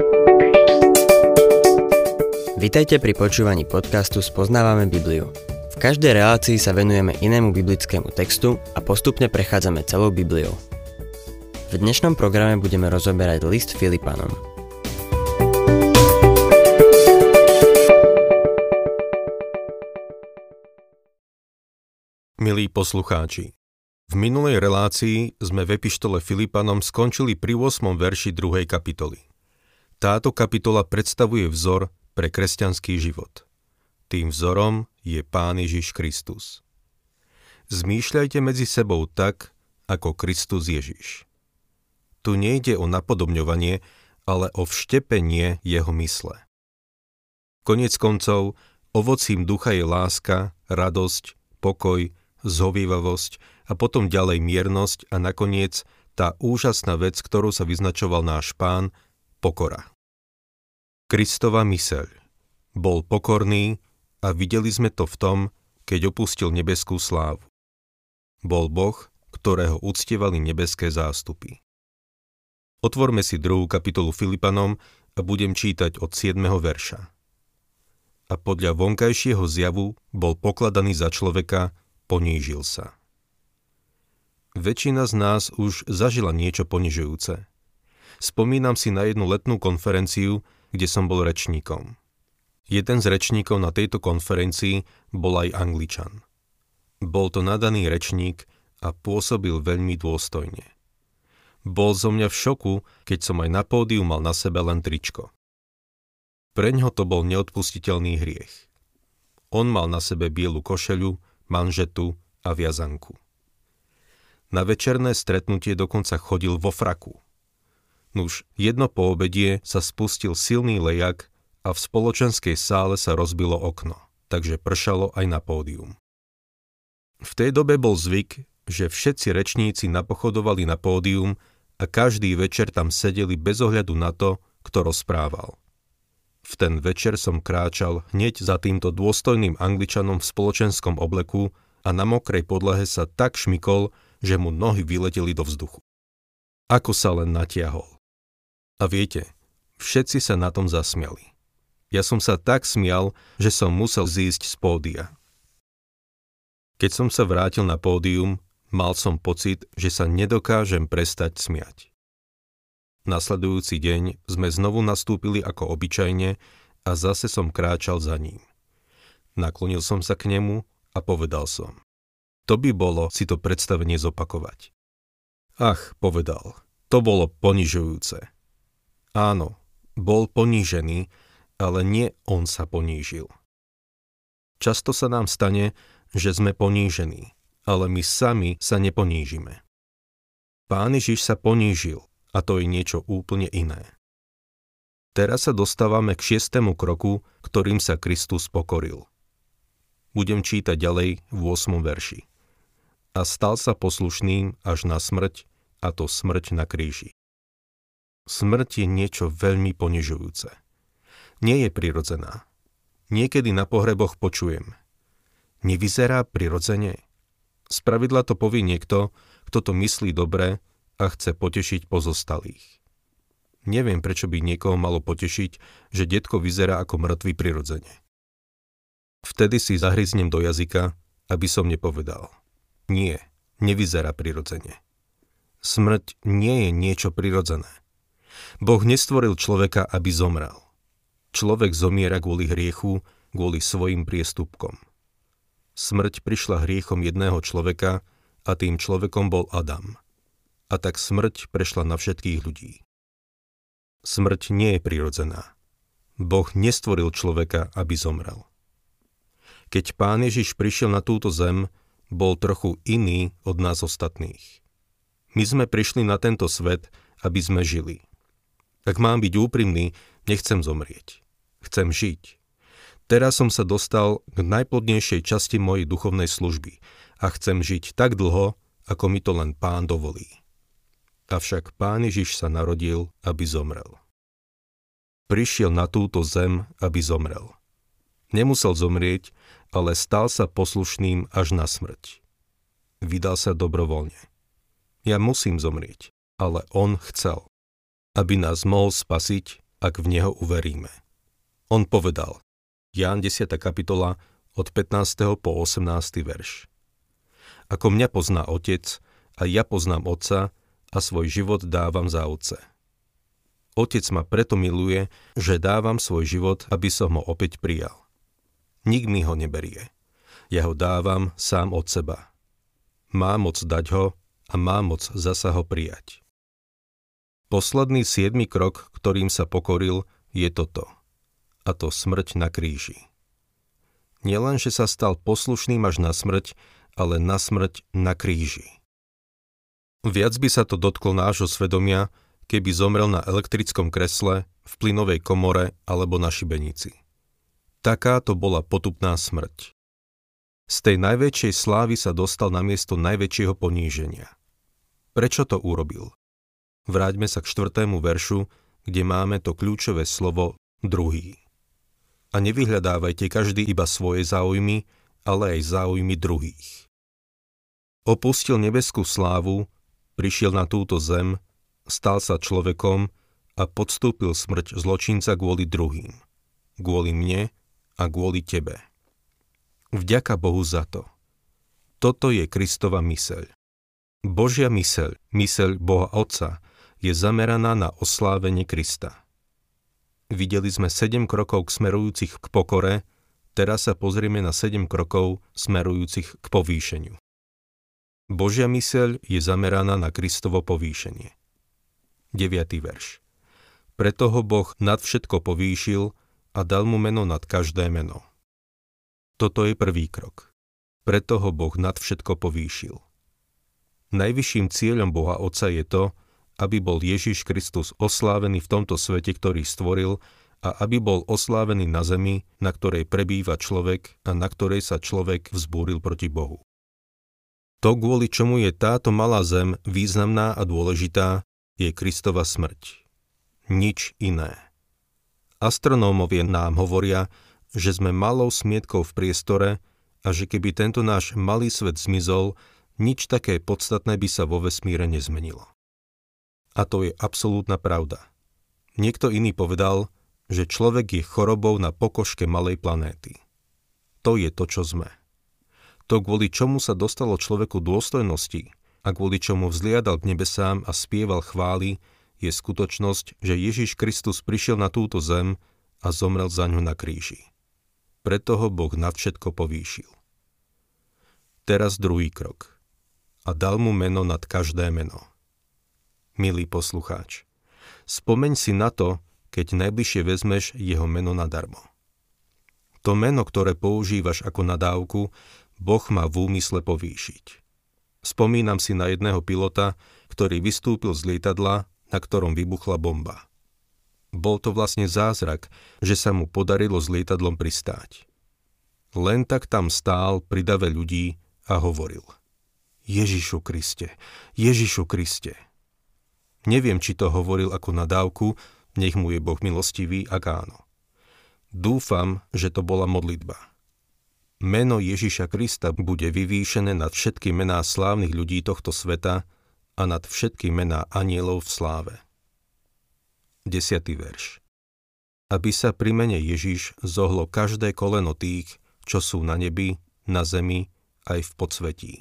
Vitajte pri počúvaní podcastu Spoznávame Bibliu. V každej relácii sa venujeme inému biblickému textu a postupne prechádzame celou Bibliou. V dnešnom programe budeme rozoberať list Filipanom. Milí poslucháči, v minulej relácii sme v epištole Filipanom skončili pri 8. verši 2. kapitoly. Táto kapitola predstavuje vzor pre kresťanský život. Tým vzorom je Pán Ježiš Kristus. Zmýšľajte medzi sebou tak, ako Kristus Ježiš. Tu nejde o napodobňovanie, ale o vštepenie jeho mysle. Koniec koncov, ovocím ducha je láska, radosť, pokoj, zhovievavosť a potom ďalej miernosť a nakoniec tá úžasná vec, ktorú sa vyznačoval náš Pán, pokora. Kristova myseľ. Bol pokorný a videli sme to v tom, keď opustil nebeskú slávu. Bol Boh, ktorého uctievali nebeské zástupy. Otvorme si 2. kapitolu Filipanom a budem čítať od 7. verša. A podľa vonkajšieho zjavu bol pokladaný za človeka, ponížil sa. Väčšina z nás už zažila niečo ponižujúce. Spomínam si na jednu letnú konferenciu, kde som bol rečníkom. Jeden z rečníkov na tejto konferencii bol aj Angličan. Bol to nadaný rečník a pôsobil veľmi dôstojne. Bol zo mňa v šoku, keď som aj na pódiu mal na sebe len tričko. Preňho to bol neodpustiteľný hriech. On mal na sebe bielu košeľu, manžetu a viazanku. Na večerné stretnutie dokonca chodil vo fraku. Nuž, jedno po obedie sa spustil silný lejak a v spoločenskej sále sa rozbilo okno, takže pršalo aj na pódium. V tej dobe bol zvyk, že všetci rečníci napochodovali na pódium a každý večer tam sedeli bez ohľadu na to, kto rozprával. V ten večer som kráčal hneď za týmto dôstojným Angličanom v spoločenskom obleku a na mokrej podlahe sa tak šmykol, že mu nohy vyleteli do vzduchu. Ako sa len natiahol. A viete, všetci sa na tom zasmiali. Ja som sa tak smial, že som musel zísť z pódia. Keď som sa vrátil na pódium, mal som pocit, že sa nedokážem prestať smiať. Nasledujúci deň sme znovu nastúpili ako obyčajne a zase som kráčal za ním. Naklonil som sa k nemu a povedal som: to by bolo si to predstavenie zopakovať. Ach, povedal, to bolo ponižujúce. Áno, bol ponížený, ale nie on sa ponížil. Často sa nám stane, že sme ponížení, ale my sami sa neponížime. Pán Ježiš sa ponížil, a to je niečo úplne iné. Teraz sa dostávame k 6. kroku, ktorým sa Kristus pokoril. Budem čítať ďalej v 8. verši. A stal sa poslušným až na smrť, a to smrť na kríži. Smrť je niečo veľmi ponižujúce. Nie je prirodzená. Niekedy na pohreboch počujem: nevyzerá prirodzene. Spravidla to povie niekto, kto to myslí dobre a chce potešiť pozostalých. Neviem, prečo by niekoho malo potešiť, že detko vyzerá ako mŕtvy prirodzene. Vtedy si zahryznem do jazyka, aby som nepovedal: nie, nevyzerá prirodzene. Smrť nie je niečo prirodzené. Boh nestvoril človeka, aby zomrel. Človek zomiera kvôli hriechu, kvôli svojim priestupkom. Smrť prišla hriechom jedného človeka a tým človekom bol Adam. A tak smrť prešla na všetkých ľudí. Smrť nie je prirodzená. Boh nestvoril človeka, aby zomrel. Keď Pán Ježiš prišiel na túto zem, bol trochu iný od nás ostatných. My sme prišli na tento svet, aby sme žili. Ak mám byť úprimný, nechcem zomrieť. Chcem žiť. Teraz som sa dostal k najplodnejšej časti mojej duchovnej služby a chcem žiť tak dlho, ako mi to len Pán dovolí. Avšak Pán Ježiš sa narodil, aby zomrel. Prišiel na túto zem, aby zomrel. Nemusel zomrieť, ale stal sa poslušným až na smrť. Vydal sa dobrovoľne. Ja musím zomrieť, ale on chcel. Aby nás mohol spasiť, ak v Neho uveríme. On povedal, Ján 10. kapitola od 15. po 18. verš. Ako mňa pozná Otec, a ja poznám Otca a svoj život dávam za Otce. Otec ma preto miluje, že dávam svoj život, aby som ho opäť prijal. Nik mi ho neberie. Ja ho dávam sám od seba. Má moc dať ho a má moc zasa ho prijať. Posledný 7. krok, ktorým sa pokoril, je toto. A to smrť na kríži. Nielen, že sa stal poslušným až na smrť, ale na smrť na kríži. Viac by sa to dotklo nášho svedomia, keby zomrel na elektrickom kresle, v plynovej komore alebo na šibenici. Taká to bola potupná smrť. Z tej najväčšej slávy sa dostal na miesto najväčšieho poníženia. Prečo to urobil? Vráťme sa k 4. veršu, kde máme to kľúčové slovo druhý. A nevyhľadávajte každý iba svoje záujmy, ale aj záujmy druhých. Opustil nebeskú slávu, prišiel na túto zem, stal sa človekom a podstúpil smrť zločinca kvôli druhým. Kvôli mne a kvôli tebe. Vďaka Bohu za to. Toto je Kristova myseľ. Božia myseľ Boha Otca, je zameraná na oslávenie Krista. Videli sme 7 krokov smerujúcich k pokore, teraz sa pozrieme na 7 krokov smerujúcich k povýšeniu. Božia myseľ je zameraná na Kristovo povýšenie. 9. verš. Preto ho Boh nad všetko povýšil a dal mu meno nad každé meno. Toto je prvý krok. Preto ho Boh nad všetko povýšil. Najvyšším cieľom Boha Otca je to, aby bol Ježiš Kristus oslávený v tomto svete, ktorý stvoril, a aby bol oslávený na zemi, na ktorej prebýva človek a na ktorej sa človek vzbúril proti Bohu. To, kvôli čomu je táto malá zem významná a dôležitá, je Kristova smrť. Nič iné. Astronómovia nám hovoria, že sme malou smietkou v priestore a že keby tento náš malý svet zmizol, nič také podstatné by sa vo vesmíre nezmenilo. A to je absolútna pravda. Niekto iný povedal, že človek je chorobou na pokožke malej planéty. To je to, čo sme. To, kvôli čomu sa dostalo človeku dôstojnosti a kvôli čomu vzliadal k nebesám a spieval chvály, je skutočnosť, že Ježiš Kristus prišiel na túto zem a zomrel za ňu na kríži. Preto ho Boh nad všetko povýšil. Teraz druhý krok. A dal mu meno nad každé meno. Milý poslucháč, spomeň si na to, keď najbližšie vezmeš jeho meno nadarmo. To meno, ktoré používaš ako nadávku, Boh má v úmysle povýšiť. Spomínam si na jedného pilota, ktorý vystúpil z lietadla, na ktorom vybuchla bomba. Bol to vlastne zázrak, že sa mu podarilo s lietadlom pristáť. Len tak tam stál pri dave ľudí a hovoril: Ježišu Kriste, Ježišu Kriste. Neviem, či to hovoril ako nadávku, nech mu je Boh milostivý, ak áno. Dúfam, že to bola modlitba. Meno Ježiša Krista bude vyvýšené nad všetky mená slávnych ľudí tohto sveta a nad všetky mená anielov v sláve. 10. verš. Aby sa pri mene Ježiš zohlo každé koleno tých, čo sú na nebi, na zemi, aj v podsvetí.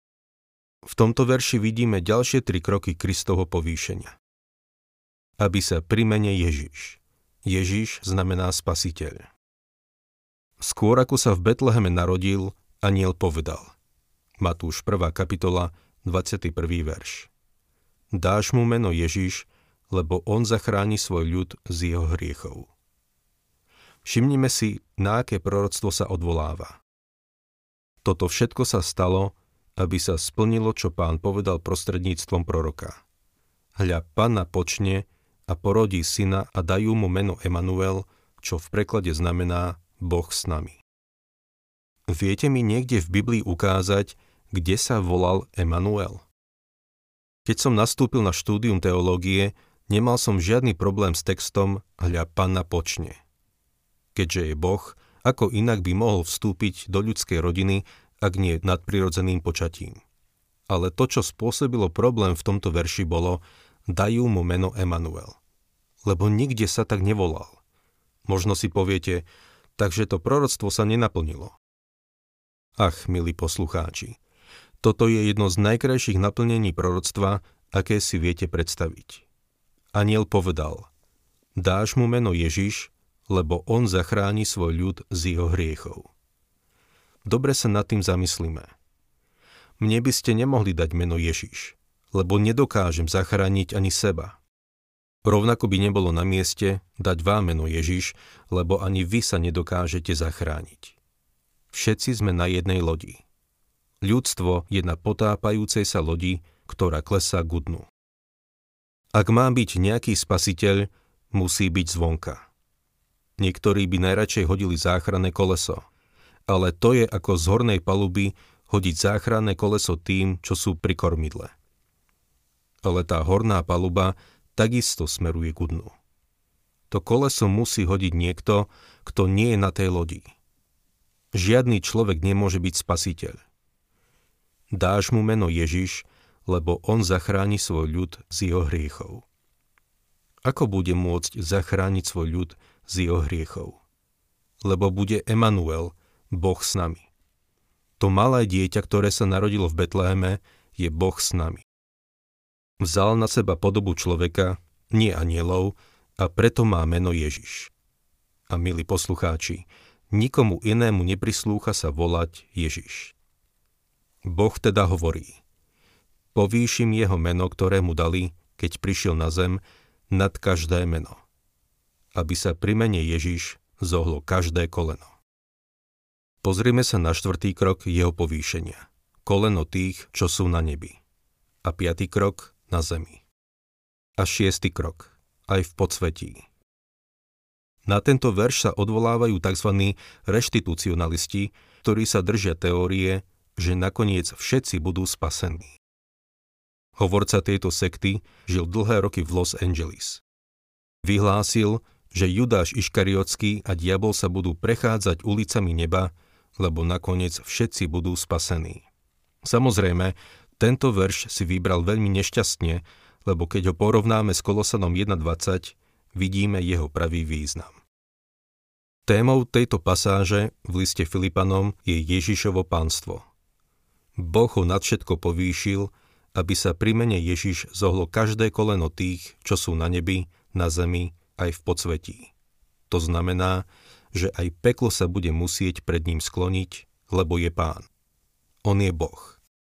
V tomto verši vidíme ďalšie 3 kroky Kristovho povýšenia. Aby sa pri mene Ježiš. Ježiš znamená spasiteľ. Skôr ako sa v Betleheme narodil, anjel povedal. Matúš 1. kapitola, 21. verš. Dáš mu meno Ježiš, lebo on zachráni svoj ľud z jeho hriechov. Všimnime si, na aké proroctvo sa odvoláva. Toto všetko sa stalo, aby sa splnilo, čo Pán povedal prostredníctvom proroka. Hľa, Panna počne a porodí syna a dajú mu meno Emanuel, čo v preklade znamená Boh s nami. Viete mi niekde v Biblii ukázať, kde sa volal Emanuel? Keď som nastúpil na štúdium teológie, nemal som žiadny problém s textom Hľa, Panna počne. Keďže je Boh, ako inak by mohol vstúpiť do ľudskej rodiny, ak nie nadprirodzeným počatím. Ale to, čo spôsobilo problém v tomto verši, bolo: dajú mu meno Emanuel. lebo nikde sa tak nevolal. Možno si poviete, takže to proroctvo sa nenaplnilo. Ach, milí poslucháči, toto je jedno z najkrajších naplnení proroctva, aké si viete predstaviť. Anjel povedal, dáš mu meno Ježiš, lebo on zachráni svoj ľud z jeho hriechov. Dobre sa nad tým zamyslíme. Mne by ste nemohli dať meno Ježiš, lebo nedokážem zachrániť ani seba. Rovnako by nebolo na mieste dať vám meno Ježiš, lebo ani vy sa nedokážete zachrániť. Všetci sme na jednej lodi. Ľudstvo je na potápajúcej sa lodi, ktorá klesá ku dnu. Ak má byť nejaký spasiteľ, musí byť zvonka. Niektorí by najradšej hodili záchranné koleso, ale to je ako z hornej paluby hodiť záchranné koleso tým, čo sú pri kormidle. Ale tá horná paluba takisto smeruje ku dnu. To koleso musí hodiť niekto, kto nie je na tej lodi. Žiadny človek nemôže byť spasiteľ. Dáš mu meno Ježiš, lebo on zachráni svoj ľud z jeho hriechov. Ako bude môcť zachrániť svoj ľud z jeho hriechov? Lebo bude Emanuel, Boh s nami. To malé dieťa, ktoré sa narodilo v Betleheme, je Boh s nami. Vzal na seba podobu človeka, nie anjelov, a preto má meno Ježiš. A milí poslucháči, nikomu inému neprislúcha sa volať Ježiš. Boh teda hovorí, povýšim jeho meno, ktoré mu dali, keď prišiel na zem, nad každé meno, aby sa pri mene Ježiš zohlo každé koleno. Pozrime sa na 4. krok jeho povýšenia, koleno tých, čo sú na nebi, a 5. krok na zemi, a 6. krok aj v podsvetí. Na tento verš sa odvolávajú tzv. Reštitucionalisti, ktorí sa držia teórie, že nakoniec všetci budú spasení. Hovorca tejto sekty žil dlhé roky v Los Angeles. Vyhlásil, že Judáš Iškariotský a diabol sa budú prechádzať ulicami neba, lebo nakoniec všetci budú spasení. Samozrejme, tento verš si vybral veľmi nešťastne, lebo keď ho porovnáme s Kolosanom 1.20, vidíme jeho pravý význam. Témou tejto pasáže v liste Filipanom je Ježišovo pánstvo. Boh ho nad všetko povýšil, aby sa pri mene Ježiš zohlo každé koleno tých, čo sú na nebi, na zemi, aj v podsvetí. To znamená, že aj peklo sa bude musieť pred ním skloniť, lebo je Pán. On je Boh.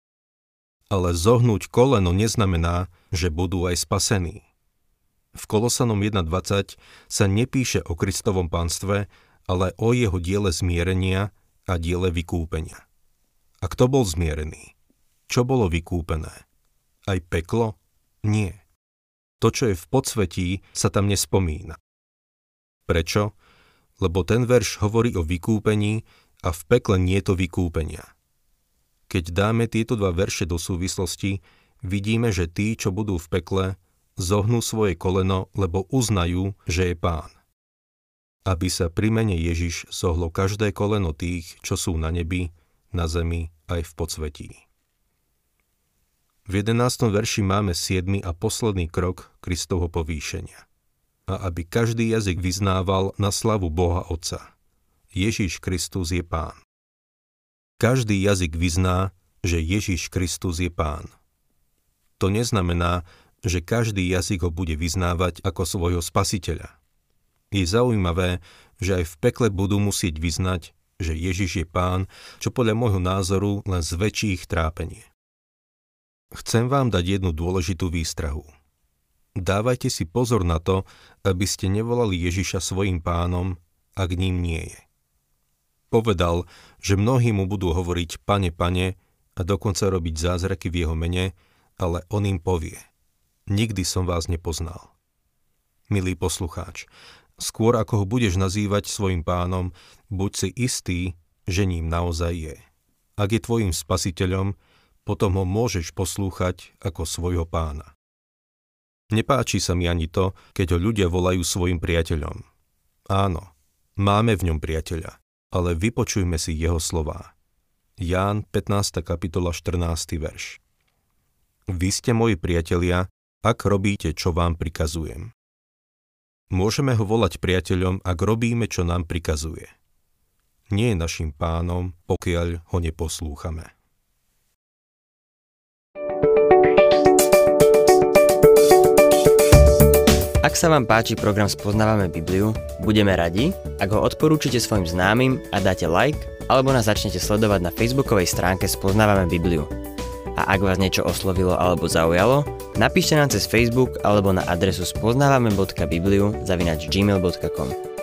Ale zohnúť koleno neznamená, že budú aj spasení. V Kolosanom 1.20 sa nepíše o Kristovom pánstve, ale o jeho diele zmierenia a diele vykúpenia. A kto bol zmierený? Čo bolo vykúpené? Aj peklo? Nie. To, čo je v podsvetí, sa tam nespomína. Prečo? Lebo ten verš hovorí o vykúpení a v pekle nie je to vykúpenia. Keď dáme tieto dva verše do súvislosti, vidíme, že tí, čo budú v pekle, zohnú svoje koleno, lebo uznajú, že je Pán. Aby sa pri mene Ježiš zohlo každé koleno tých, čo sú na nebi, na zemi aj v podsvetí. V 11. verši máme 7. a posledný krok Kristovho povýšenia. A aby každý jazyk vyznával na slavu Boha Otca. Ježiš Kristus je Pán. Každý jazyk vyzná, že Ježiš Kristus je Pán. To neznamená, že každý jazyk ho bude vyznávať ako svojho spasiteľa. Je zaujímavé, že aj v pekle budú musieť vyznať, že Ježiš je Pán, čo podľa môjho názoru len zväčší ich trápenie. Chcem vám dať jednu dôležitú výstrahu. Dávajte si pozor na to, aby ste nevolali Ježiša svojím Pánom, ak ním nie je. Povedal, že mnohí mu budú hovoriť Pane, Pane a dokonca robiť zázraky v jeho mene, ale on im povie: Nikdy som vás nepoznal. Milý poslucháč, skôr ako ho budeš nazývať svojim Pánom, buď si istý, že ním naozaj je. Ak je tvojim spasiteľom, potom ho môžeš poslúchať ako svojho Pána. Nepáči sa mi ani to, keď ho ľudia volajú svojim priateľom. Áno, máme v ňom priateľa, ale vypočujme si jeho slová. Ján 15. kapitola 14. verš. Vy ste moji priatelia, ak robíte, čo vám prikazujem. Môžeme ho volať priateľom, ak robíme, čo nám prikazuje. Nie je našim pánom, pokiaľ ho neposlúchame. Ak sa vám páči program Spoznávame Bibliu, budeme radi, ak ho odporúčite svojim známym a dáte like, alebo nás začnete sledovať na facebookovej stránke Spoznávame Bibliu. A ak vás niečo oslovilo alebo zaujalo, napíšte nám cez Facebook alebo na adresu spoznavame.bibliu@gmail.com.